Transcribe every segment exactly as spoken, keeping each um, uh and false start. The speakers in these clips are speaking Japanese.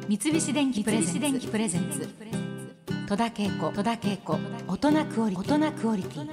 三菱電機プレゼンツ戸田恵子大人クオリティ。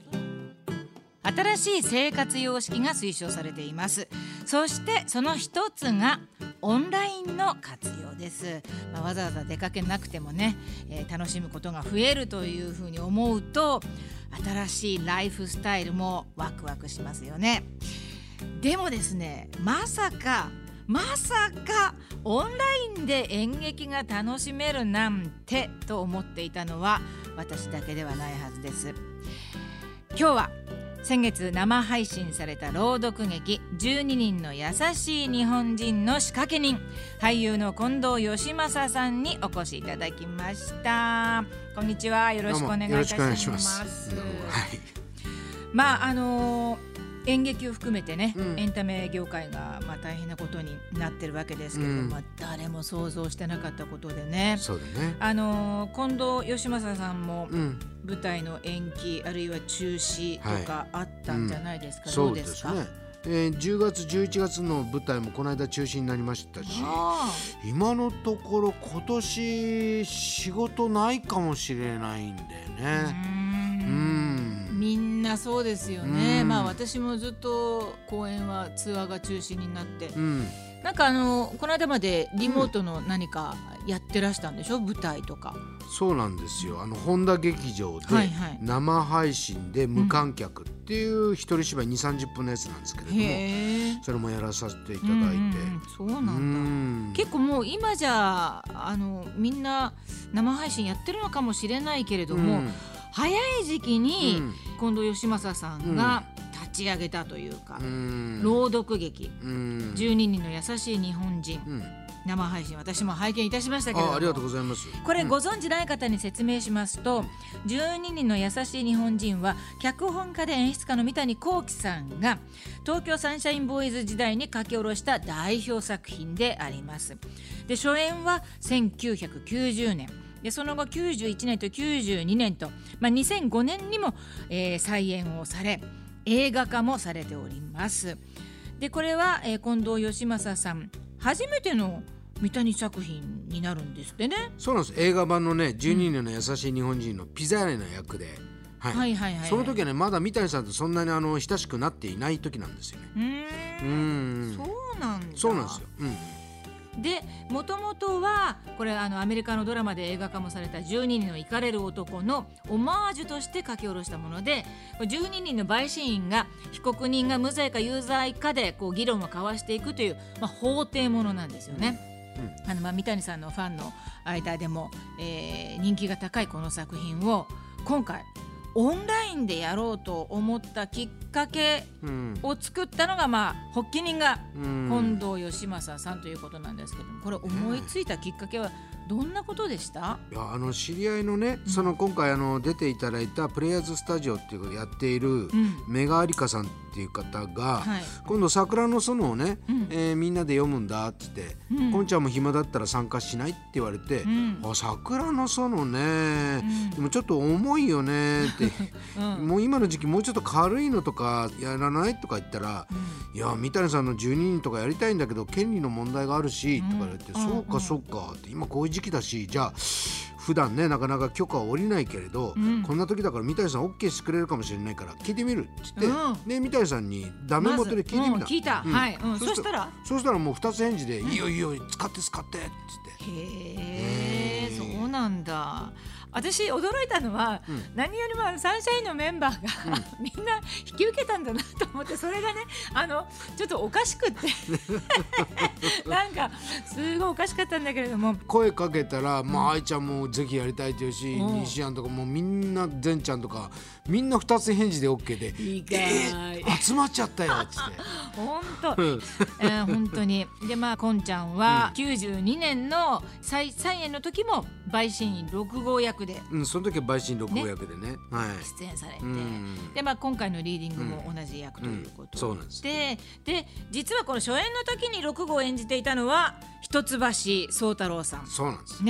新しい生活様式が推奨されています。そしてその一つがオンラインの活用です。まあ、わざわざ出かけなくてもね、えー、楽しむことが増えるというふうに思うと、新しいライフスタイルもワクワクしますよね。でもですね、まさかまさかオンラインで演劇が楽しめるなんてと思っていたのは私だけではないはずです。今日は先月生配信された朗読劇じゅうににんの優しい日本人の仕掛け人、俳優の近藤義正さんにお越しいただきました。こんにちは、よろしくお願いいたします。 ます。はい、 まああのー演劇を含めてね、 うん、 エンタメ業界がまあ大変なことになってるわけですけれども、うん、まあ、誰も想像してなかったことでね。 そうだね。 あのー、近藤義正さんも舞台の延期、うん、あるいは中止とかあったんじゃないですか、はい、どうですか？ そうですね。えー、じゅうがつじゅういちがつの舞台もこの間中止になりましたし、今のところ今年仕事ないかもしれないんだよね。 うーん、うん、みんなそうですよね。まあ私もずっと公演はツアーが中止になって、うん、なんかあのこの間までリモートの何かやってらしたんでしょ、うん、舞台とか。 そうなんですよ。あの本田劇場で生配信で無観客っていう一人芝居 にじゅうさんじゅっぷんのやつなんですけれども、へそれもやらさせていただいて、うんうん、 そうなんだ。うん結構もう今じゃあのみんな生配信やってるのかもしれないけれども、うん、早い時期に近藤義正さんが立ち上げたというか、うん、朗読劇、うん、じゅうににんの優しい日本人、うん、生配信私も拝見いたしましたけれども、 あ, ありがとうございます。 これご存知ない方に説明しますと、うん、じゅうににんの優しい日本人は脚本家で演出家の三谷幸喜さんが東京サンシャインボーイズ時代に書き下ろした代表作品であります。で初演はせんきゅうひゃくきゅうじゅうねんで、その後きゅうじゅういちねんときゅうじゅうにねんと、まあ、にせんごねんにも、えー、再演をされ映画化もされております。でこれは、えー、近藤義正さん初めての三谷作品になるんですってね。 そうなんです。映画版のねじゅうににんの優しい日本人のピザ屋の役で、はいはいはいはいはい、その時はねまだ三谷さんとそんなにあの親しくなっていない時なんですよね。 うーん、そうなんだ。 そうなんですよ、うんでもともとはこれあのアメリカのドラマで映画化もされたじゅうににんのイカれる男のオマージュとして書き下ろしたもので、じゅうににんの陪審員が被告人が無罪か有罪かでこう議論を交わしていくという、まあ、法廷ものなんですよね。うん、あのまあ三谷さんのファンの間でも、えー、人気が高いこの作品を今回オンラインでやろうと思ったきっかけを作ったのが、まあ、発起人が近藤義正さんということなんですけども、これ思いついたきっかけはどんなことでした？ いやあの知り合いのね、その今回あの出ていただいたプレイヤーズスタジオっていうのをやっているメガアリカさんっていう方が、はい、今度桜の園をね、うんえー、みんなで読むんだって言って、うん、こんちゃんも暇だったら参加しないって言われて、うん、あ桜の園ね、うん、でもちょっと重いよねって、うん、もう今の時期もうちょっと軽いのとかやらないとか言ったら、うん、いや三谷さんのじゅうににんとかやりたいんだけど権利の問題があるし、うん、とか言って、うん、そうかそうかって今こういう時期だし、じゃあ普段ねなかなか許可は下りないけれど、うん、こんな時だから三谷さん OK してくれるかもしれないから聞いてみるって言って、うん、で三谷さんにダメ元で聞いてみた、まうん、聞いた、うんはいうん、そしたらそしたらもうふたつ返事で、うん、いいよいいよ使って使ってって言って、へーそうなんだ。私驚いたのは、うん、何よりもサンシャインのメンバーが、うん、みんな引き受けたんだなと思って、それがねあのちょっとおかしくってなんかすごいおかしかったんだけれども、 声かけたら、まあ、愛ちゃんもぜひやりたいというし、うん、西安とかもうみんな善ちゃんとかみんなふたつ返事で OK で、 いいかい、 えー、集まっちゃったよっつって本当、うんえー、本当にでまあこんちゃんはきゅうじゅうにねんの再再演の時も陪審員ろく号役で、 うん、その時は陪審員ろく号役で ね, ね、はい、 出演されて、で、まあ、今回のリーディングも同じ役ということ、 うんうん、そうなんです。 で、で実はこの初演の時にろく号を演じていたのは一橋宗太郎さん。 そうなんですね、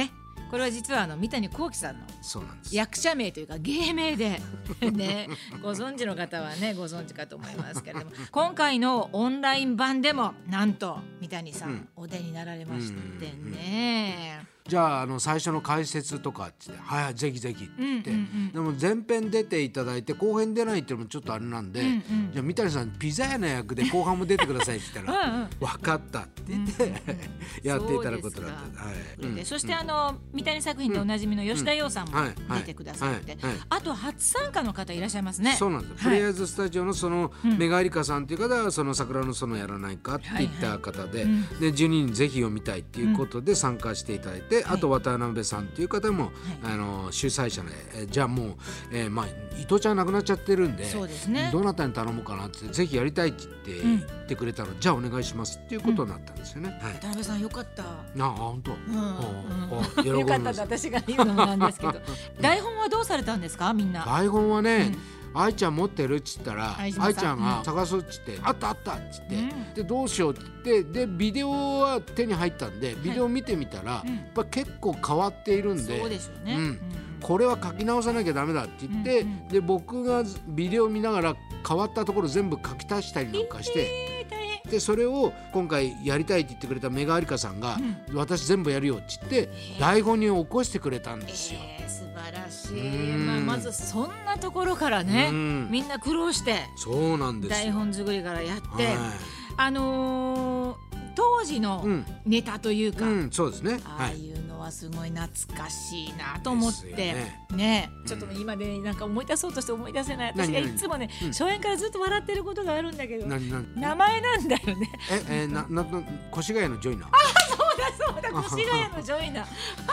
これは実はあの三谷幸喜さんのそうなんです役者名というか芸名でね、ご存知の方はねご存知かと思いますけれども、今回のオンライン版でもなんと三谷さん、うん、お出になられましてね、 うんじゃあ、あの最初の解説とかってはいはいぜひぜひって言って、うんうんうん、でも前編出ていただいて後編出ないっていうのもちょっとあれなんで、うんうん、じゃあ三谷さんピザ屋の役で後半も出てくださいって言ったらうん、うん、分かったって言って、うんうん、やっていただくことだった、はいうん、そしてあの三谷作品でおなじみの吉田羊さんも出てくださって、あと初参加の方いらっしゃいますね。 そうなんです、はい、プレイヤーズスタジオのその、うん、メガエリカさんっていう方はその桜の園やらないかって言った方で、はいはい、でじゅうににんぜひ読みたいっていうことで参加していただいて、うん、あと渡辺さんっていう方も、はい、あの主催者で、えじゃあもう、えー、まあ伊藤ちゃん亡くなっちゃってるんで、 そうですね、 どなたに頼もうかなってぜひやりたいって言って、うん、言ってくれたのじゃあお願いしますっていうことになったんですよね、 うんはい、渡辺さんよかった。あ本当、 うんうん、よかったって私が言うのもなんですけど台本はどうされたんですかみんな。 台本はね、うん、愛ちゃん持ってるっつったら愛ちゃんが探すっつって、うん、あったあったっつって、うん、でどうしようって言ってでビデオは手に入ったんでビデオ見てみたら、はい、やっぱ結構変わっているんで、 そうでしょうね、うん、 これは書き直さなきゃダメだって言って、うんうん、で僕がビデオ見ながら変わったところ全部書き足したりなんかして、えーでそれを今回やりたいって言ってくれたメガアリカさんが、うん、私全部やるよって言って台本に起こしてくれたんですよ、 えー、素晴らしい、まあ、まずそんなところからねみんな苦労してそうなんです台本作りからやって、はい、あのー、当時のネタというか、 うんうん、そうですね、 ああいうのはすごい懐かしいなと思って、ねね、ちょっと今でなんか思い出そうとして思い出せない。私がいつもね、うん、初演からずっと笑ってることがあるんだけど名前なんだよね。 え、えー、なな越谷のジョイナー。 あ、そうだそうだ、越谷のジョイナー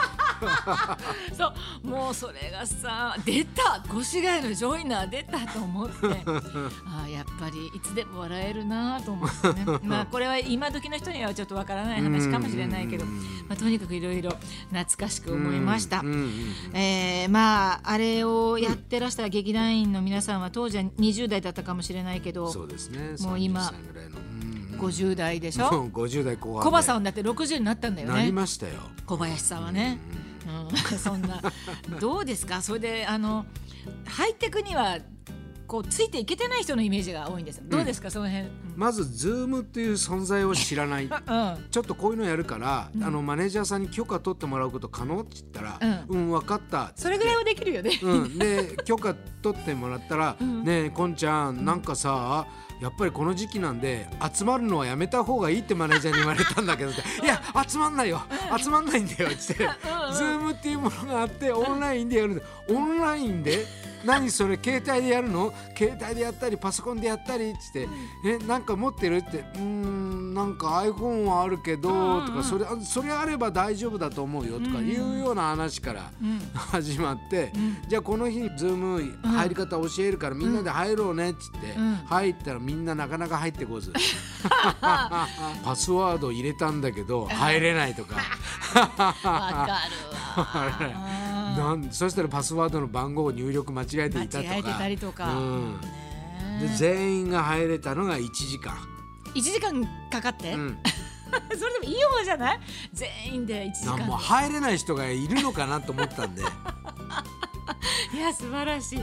そうもうそれがさ出た越谷のジョイナー出たと思ってあやっぱりいつでも笑えるなと思ってねまあこれは今時の人にはちょっとわからない話かもしれないけど、まあ、とにかくいろいろ懐かしく思いました。えー、まああれをやってらした劇団員の皆さんは当時はにじゅう代だったかもしれないけど、 そうですね、 もう今ごじゅう代でしょ。 もうごじゅう代後半で小葉さんだってろくじゅうになったんだよね。 なりましたよ小林さんはね、うん、そんなどうですか。それであのハイテクにはこうついていけてない人のイメージが多いんです。どうですか、うん、その辺。 まず Zoom っていう存在を知らない、うん、ちょっとこういうのやるから、うん、あのマネージャーさんに許可取ってもらうこと可能って言ったら、うん、うん、分かったってそれぐらいはできるよね、 うん、で許可取ってもらったら、うん、ねえこんちゃんなんかさやっぱりこの時期なんで集まるのはやめた方がいいってマネージャーに言われたんだけどいや集まんないよ集まんないんだよって Zoom っていうものがあってオンラインでやるんだ。オンラインで何それ携帯でやるの。携帯でやったりパソコンでやったりってえなんか持ってるってうーんなんか iPhone はあるけどとかそれそれあれば大丈夫だと思うよとかいうような話から始まってじゃあこの日に Zoom 入り方教えるからみんなで入ろうねって言って入ったらみんななかなか入ってこずパスワード入れたんだけど入れないとかわかるわなんそしたらパスワードの番号を入力間違えていたとか間違えてたりとか、うん、 で全員が入れたのがいちじかんいちじかんかかって、うん、それでもいい方じゃない。全員でいちじかんでもう入れない人がいるのかなと思ったんでいや素晴らしい。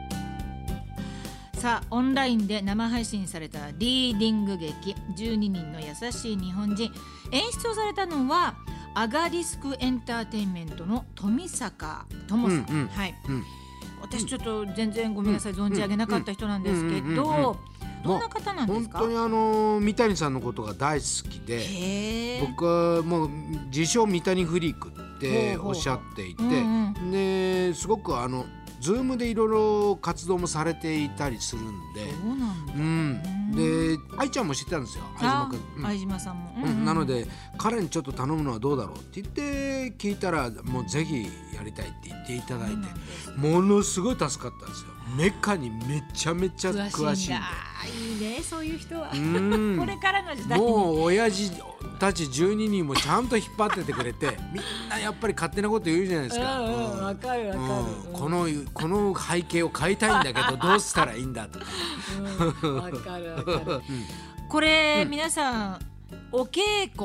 さあオンラインで生配信されたリーディング劇じゅうににんの優しい日本人、演出をされたのはアガリスクエンターテインメントの富坂智さん、うんうん、はい、うん、私ちょっと全然ごめんなさい、うん、存じ上げなかった人なんですけど、どんな方なんですか。 本当にあの三谷さんのことが大好きで、僕はもう自称三谷フリークっておっしゃっていて、うんうん、ですごくあのズームでいろいろ活動もされていたりするんで、 そうなんだ、 うん、で愛ちゃんも知ってたんですよ、相島君、 うん、相島さんも、 うんうん、なので彼にちょっと頼むのはどうだろうって言って聞いたらもうぜひやりたいって言っていただいて、ものすごい助かったんですよ。メカにめちゃめちゃ詳しいんで。 いいねそういう人はこれからの時代にもう親父たちじゅうににんもちゃんと引っ張っててくれてみんなやっぱり勝手なこと言うじゃないですか。 うんうん、わかるわかる、 うん、このこの背景を変えたいんだけどどうしたらいいんだとか、 うん、わかるわかる、うん、これ、うん、皆さんお稽古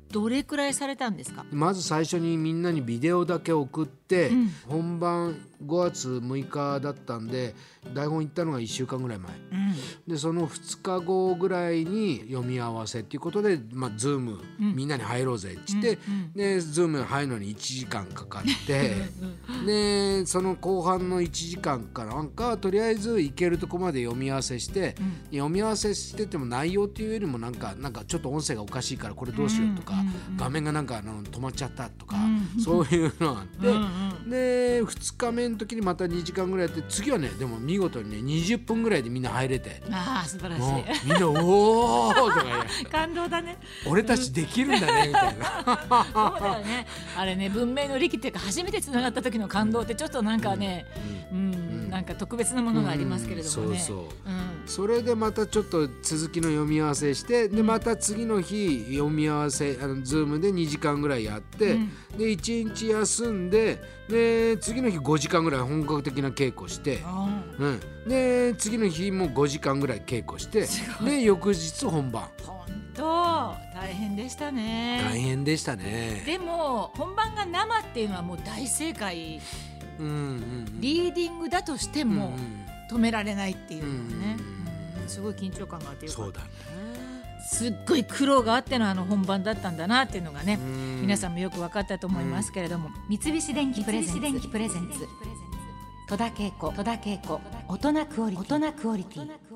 どれくらいされたんですか？ まず最初にみんなにビデオだけ送って、うん、本番ごがつむいかだったんで台本行ったのがいっしゅうかんぐらい前、うん、でそのふつかごぐらいに読み合わせっていうことで、まあ、ズーム、うん、みんなに入ろうぜって言って、うんうん、でズームに入るのにいちじかんかかってでその後半のいちじかんかなんかとりあえず行けるとこまで読み合わせして、うん、読み合わせしてても内容っていうよりもなんか、なんかちょっと音声がおかしいからこれどうしようとか、うんうんうん、画面がなんかあの止まっちゃったとか、うん、そういうのがあって、うんうん、でふつかめの時にまたにじかんぐらいやって次はねでも見事にねにじゅっぷんぐらいでみんな入れて、 あー素晴らしい、 みんなおーとか感動だね、 俺たちできるんだねみたいなそうだよね、あれね文明の利器っていうか初めてつながった時の感動ってちょっとなんかね、うんうんうん、なんか特別なものがありますけれどもね、うん、そうそう、うん、それでまたちょっと続きの読み合わせしてでまた次の日読み合わせあのズームでにじかんぐらいやって、うん、でいちにち休んでで次の日ごじかんぐらい本格的な稽古して、うん、で次の日もごじかんぐらい稽古してで翌日本番。 本当大変でしたね。 大変でしたね。 でも本番が生っていうのはもう大正解、うんうんうん、リーディングだとしても止められないっていうのはね、うんうん、すごい緊張感があってよかった。そうだね、すっごい苦労があってのあの本番だったんだなっていうのがね、皆さんもよく分かったと思いますけれども、三菱電機プレゼンツ戸田恵子大人クオリティ